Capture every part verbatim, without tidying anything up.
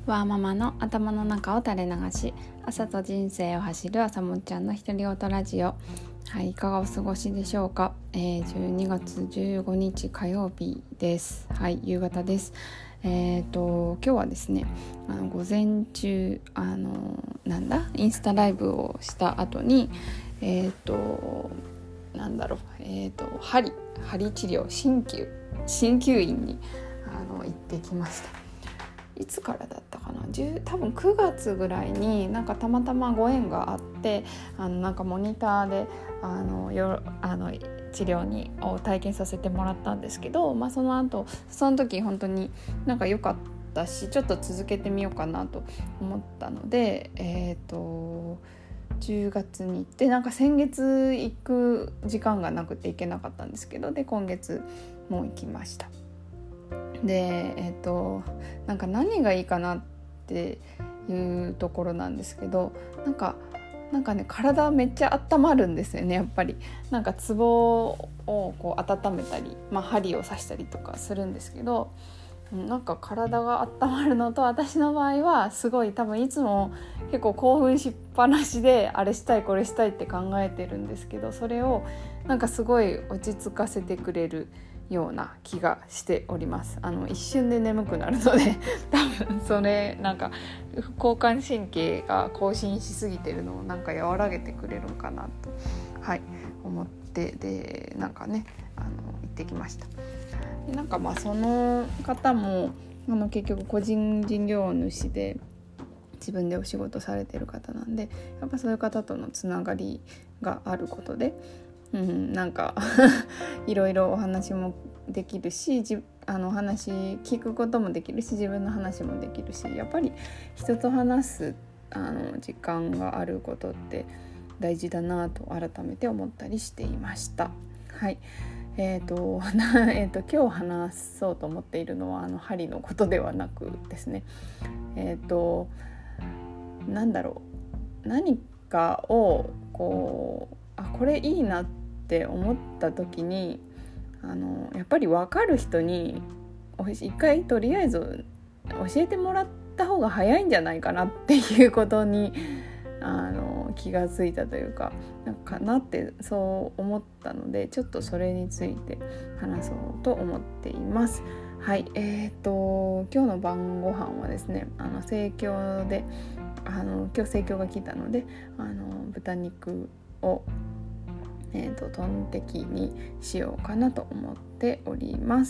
ワーママの頭の中を垂れ流し、朝と人生を走る朝もっちゃんの独り言ラジオ。はい、いかがお過ごしでしょうか。えー、じゅうにがつじゅうごにち火曜日です。はい、夕方です。えーと今日はですね、あの午前中あのなんだインスタライブをした後にえーとなんだろうえーと針針治療鍼灸鍼灸院にあの行ってきました。いつからだったかな、多分くがつぐらいになんかたまたまご縁があって、あのなんかモニターであのよあの治療にを体験させてもらったんですけど、まあ、その後その時本当になんか良かったし、ちょっと続けてみようかなと思ったので、えーとじゅうがつに行って、なんか先月行く時間がなくて行けなかったんですけど、で今月も行きました。でえっとなんか何がいいかなっていうところなんですけど、なんかなんかね体めっちゃ温まるんですよね。やっぱりなんかツボをこう温めたり、まあ、針を刺したりとかするんですけど、なんか体が温まるのと、私の場合はすごい多分いつも結構興奮しっぱなしで、あれしたいこれしたいって考えてるんですけど、それをなんかすごい落ち着かせてくれるような気がしております。あの一瞬で眠くなるので多分それなんか交感神経が更新しすぎてるのをなんか和らげてくれるのかなと、はい、思って、でなんかねあの行ってきました。でなんかまあその方もあの結局個人事業主で自分でお仕事されてる方なんで、やっぱそういう方とのつながりがあることで、うん、なんかいろいろお話もできるし、じあの話聞くこともできるし、自分の話もできるし、やっぱり人と話すあの時間があることって大事だなと改めて思ったりしていました。はい、えーとえーと今日話そうと思っているのはあの針のことではなくですね、えーとなんだろう何かをこうあこれいいなって思った時に、あのやっぱり分かる人に一回とりあえず教えてもらった方が早いんじゃないかなっていうことにあの気がついたというか、なんかなってそう思ったので、ちょっとそれについて話そうと思っています。はい、えーと今日の晩ご飯はですね、あの生協であの今日生協が来たので、あの豚肉をえーと、トンテキにしようかなと思っております。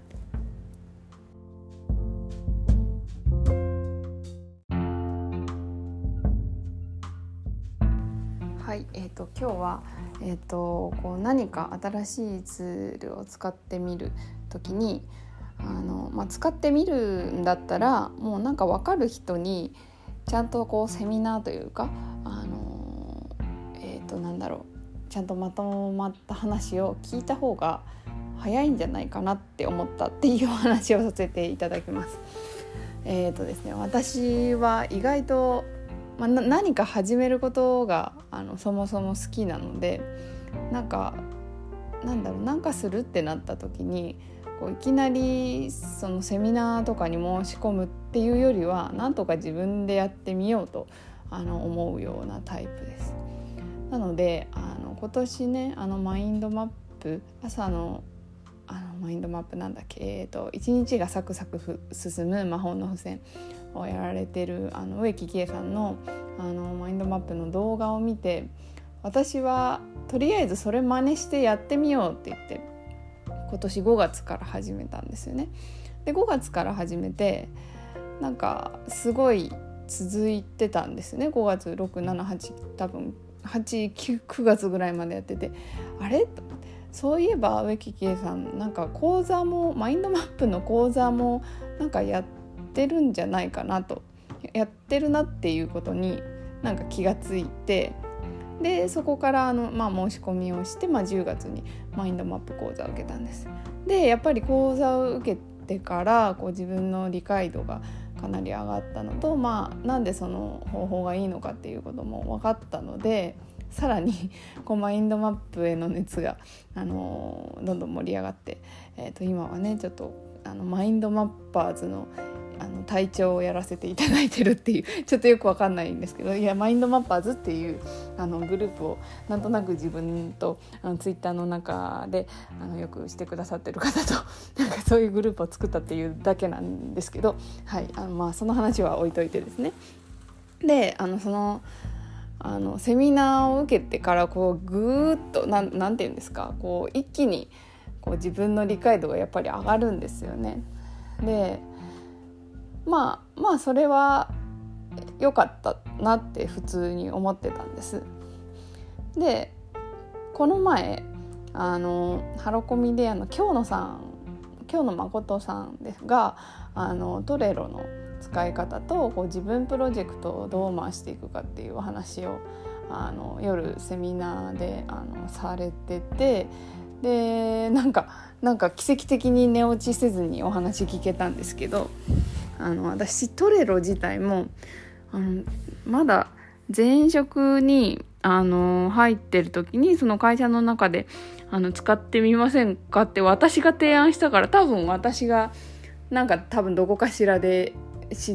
はい、えーと今日は、えーとこう何か新しいツールを使ってみるときに、あの、まあ、使ってみるんだったらもうなんか分かる人にちゃんとこうセミナーというか、あのえーとなんだろうちゃんとまとまった話を聞いた方が早いんじゃないかなって思ったっていうお話をさせていただきます。えーとですね、私は意外と、まあ、何か始めることがあのそもそも好きなので、なんかなんだろうなんかするってなった時にこういきなりそのセミナーとかに申し込むっていうよりは、なんとか自分でやってみようとあの思うようなタイプです。なのであの今年ね、あのマインドマップ朝のあのマインドマップなんだっけ、えーと一日がサクサク進む魔法の付箋をやられてるあの植木喜恵さんのあのマインドマップの動画を見て、私はとりあえずそれ真似してやってみようって言って今年ごがつから始めたんですよね。でごがつから始めてなんかすごい続いてたんですね。ごがつろく、しち、はち多分はち、きゅう、くがつぐらいまでやってて、あれそういえば植木喜恵さんなんか講座もマインドマップの講座もなんかやってるんじゃないかなと、やってるなっていうことになんか気がついて、でそこからあの、まあ、申し込みをして、まあ、じゅうがつにマインドマップ講座を受けたんです。でやっぱり講座を受けてからこう自分の理解度がかなり上がったのと、まあ、なんでその方法がいいのかっていうことも分かったので、さらにこうマインドマップへの熱が、あのー、どんどん盛り上がって、えー、と今はねちょっとあのマインドマッパーズのあの隊長をやらせていただいてるっていうちょっとよくわかんないんですけど、いやマインドマッパーズっていうあのグループをなんとなく自分とあのツイッターの中であのよくしてくださってる方となんかそういうグループを作ったっていうだけなんですけど、はい、あのまあその話は置いといてですね。であのそのあのセミナーを受けてからこうぐーっとな ん, なんていうんですかこう一気にこう自分の理解度がやっぱり上がるんですよね。でまあまあそれは良かったなって普通に思ってたんです。でこの前あのハロコミであの京野さん京野誠さんですがあのトレロの使い方とこう自分プロジェクトをどう回していくかっていうお話をあの夜セミナーであのされてて、でなんかなんか奇跡的に寝落ちせずにお話聞けたんですけど、あの私トレロ自体もあのまだ前職にあの入ってる時にその会社の中であの使ってみませんかって私が提案したから、多分私がなんか多分どこかしらで知って、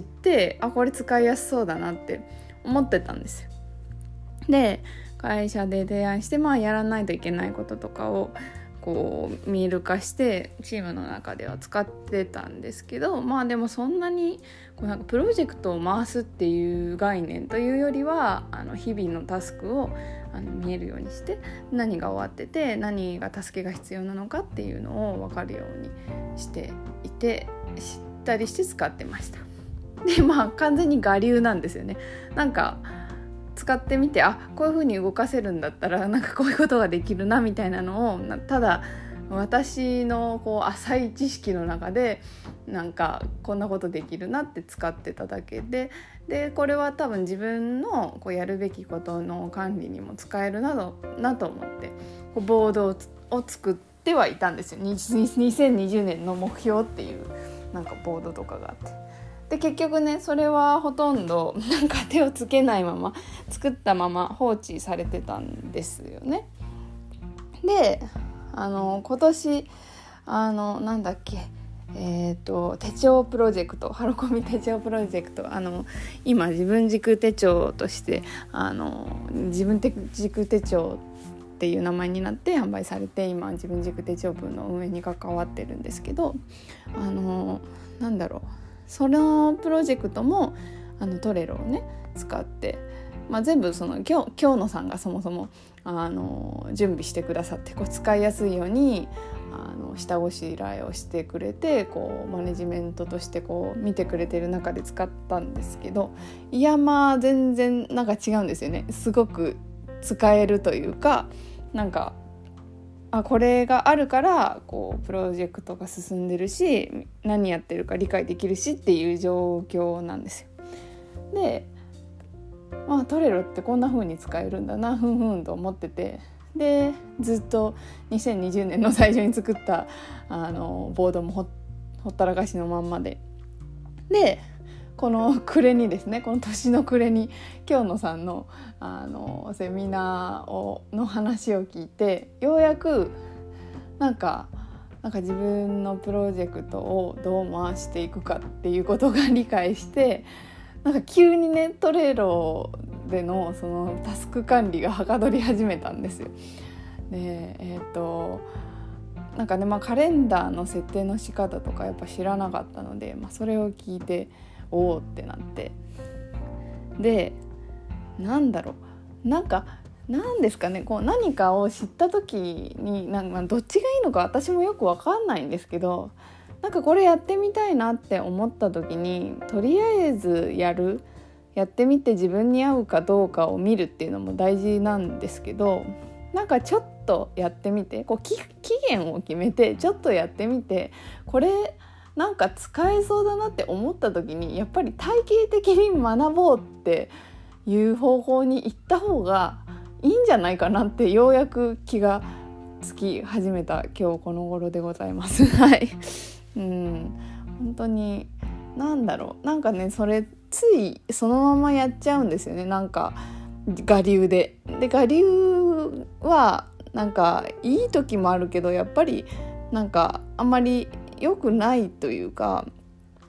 あこれ使いやすそうだなって思ってたんですよ。で会社で提案して、まあやらないといけないこととかをこう見える化してチームの中では使ってたんですけど、まあでもそんなにこうなんかプロジェクトを回すっていう概念というよりは、あの日々のタスクをあの見えるようにして、何が終わってて何が助けが必要なのかっていうのを分かるようにしていて、知ったりして使ってました。でまあ完全に我流なんですよね。なんか使ってみて、あこういう風に動かせるんだったらなんかこういうことができるなみたいなのをただ私のこう浅い知識の中でなんかこんなことできるなって使ってただけで、でこれは多分自分のこうやるべきことの管理にも使えるなどなと思ってこうボードを作ってはいたんですよ。にせんにじゅうねんの目標っていうなんかボードとかがあって、で結局ねそれはほとんどなんか手をつけないまま作ったまま放置されてたんですよね。であの今年あのなんだっけえー、と手帳プロジェクトハロコミ手帳プロジェクト、あの今自分軸手帳としてあの自分軸手帳っていう名前になって販売されて、今自分軸手帳部の運営に関わってるんですけど、あのなんだろうそのプロジェクトもあのトレロをね使って、まあ、全部その今日今日野さんがそもそもあの準備してくださって、こう使いやすいようにあの下ごしらえをしてくれて、こうマネジメントとしてこう見てくれてる中で使ったんですけど、いやまあ全然なんか違うんですよね。すごく使えるというか、なんかあこれがあるからこうプロジェクトが進んでるし何やってるか理解できるしっていう状況なんですよ。で、まあ、トレロってこんな風に使えるんだなふんふんと思ってて、でずっとにせんにじゅうねんの最初に作ったあのボードも ほ, ほったらかしのまんまで、でこの暮れにですねこの年の暮れに京野さん の, あのセミナーをの話を聞いて、ようやくなんかなんか自分のプロジェクトをどう回していくかっていうことが理解して、なんか急にねトレロでのそのタスク管理がはかどり始めたんですよ。でえっ、ー、となんかね、まあ、カレンダーの設定の仕方とかやっぱ知らなかったので、まあ、それを聞いておーってなって、でなんだろうなんかなんですかねこう何かを知った時になんかどっちがいいのか私もよく分かんないんですけど、なんかこれやってみたいなって思った時にとりあえずやるやってみて自分に合うかどうかを見るっていうのも大事なんですけど、なんかちょっとやってみてこう 期, 期限を決めてちょっとやってみて、これなんか使えそうだなって思った時にやっぱり体系的に学ぼうっていう方向に行った方がいいんじゃないかなってようやく気がつき始めた今日この頃でございますはいうん本当になんだろうなんかねそれついそのままやっちゃうんですよね。なんか我流でで我流はなんかいい時もあるけどやっぱりなんかあんまり良くないというか、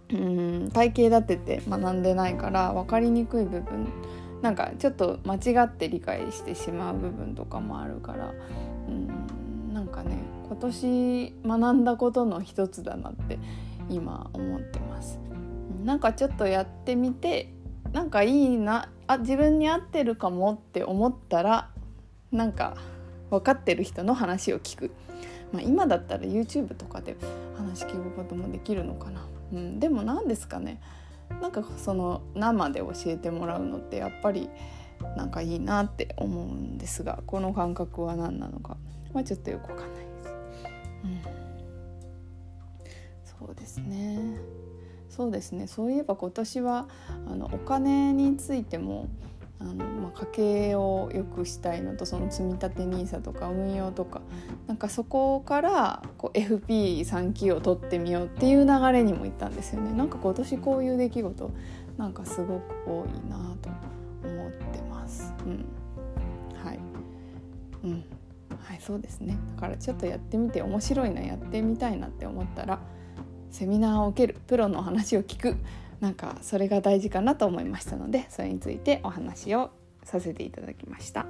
うん体系立てて学んでないから分かりにくい部分、なんかちょっと間違って理解してしまう部分とかもあるから、うんなんかね今年学んだことの一つだなって今思ってます。なんかちょっとやってみてなんかいいなあ自分に合ってるかもって思ったらなんか分かってる人の話を聞く、まあ、今だったら YouTube とかで話聞くこともできるのかな、うん、でも何ですかね、なんかその生で教えてもらうのってやっぱりなんかいいなって思うんですが、この感覚は何なのかはちょっとよくわかんないです、うん、そうですねそうですねそういえば今年はあのお金についてもあの、まあ、家計を良くしたいのと、その積み立て ニーサ とか運用とか、なんかそこからこう エフピーさん 期を取ってみようっていう流れにも行ったんですよね。なんか今年こういう出来事なんかすごく多いなと思ってます、うんはいうんはい、そうですね。だからちょっとやってみて面白いな、やってみたいなって思ったらセミナーを受ける、プロの話を聞く、なんかそれが大事かなと思いましたので、それについてお話をさせていただきました。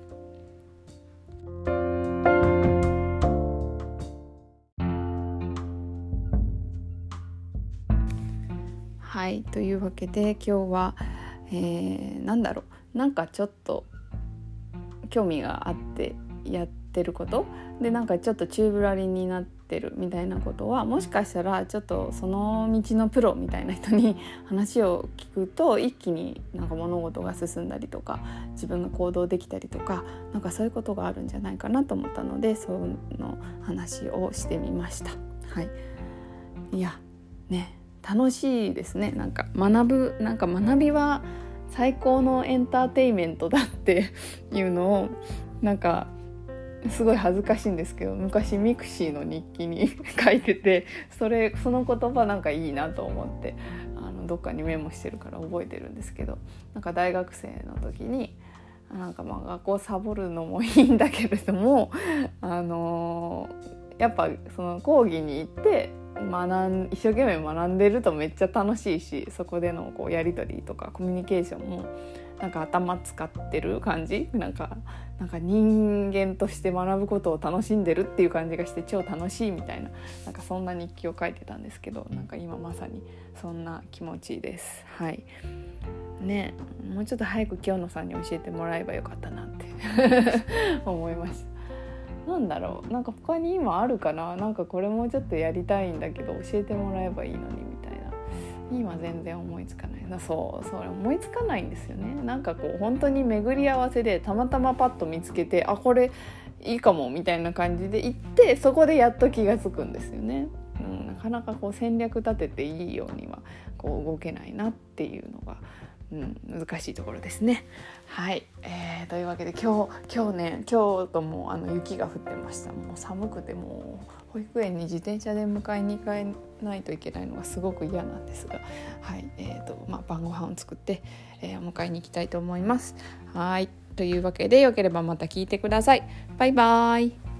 はい、というわけで今日は、えー、なんだろうなんかちょっと興味があってやってることで、なんかちょっと宙ぶらりんになってるみたいなことは、もしかしたらちょっとその道のプロみたいな人に話を聞くと一気になんか物事が進んだりとか自分が行動できたりとか、なんかそういうことがあるんじゃないかなと思ったので、その話をしてみました。はい、いやね楽しいですね。なんか学ぶなんか学びは最高のエンターテインメントだっていうのをなんかすごい恥ずかしいんですけど、昔ミクシーの日記に書いてて、それその言葉なんかいいなと思ってあのどっかにメモしてるから覚えてるんですけど、なんか大学生の時になんかまあ学校サボるのもいいんだけれども、あのー、やっぱその講義に行って学ん一生懸命学んでるとめっちゃ楽しいし、そこでのこうやり取りとかコミュニケーションもなんか頭使ってる感じ、なんかなんか人間として学ぶことを楽しんでるっていう感じがして超楽しいみたいな、なんかそんな日記を書いてたんですけど、なんか今まさにそんな気持ちです。はいね、もうちょっと早く清野さんに教えてもらえばよかったなって思いました。なんだろうなんか他に今あるかな、なんかこれもうちょっとやりたいんだけど教えてもらえばいいのにみたいな、今全然思いつかないな。そうそれ思いつかないんですよね。なんかこう本当に巡り合わせでたまたまパッと見つけて、あこれいいかもみたいな感じで行って、そこでやっと気がつくんですよね。うん、なかなかこう戦略立てていいようにはこう動けないなっていうのが、うん、難しいところですね。はい、えー、というわけで今日今日ね京都もあの雪が降ってました。もう寒くてもう保育園に自転車で迎えに行かないといけないのがすごく嫌なんですが、はいえーとまあ、晩ご飯を作って、えー、お迎えに行きたいと思います。はいというわけでよければまた聞いてください。バイバイ。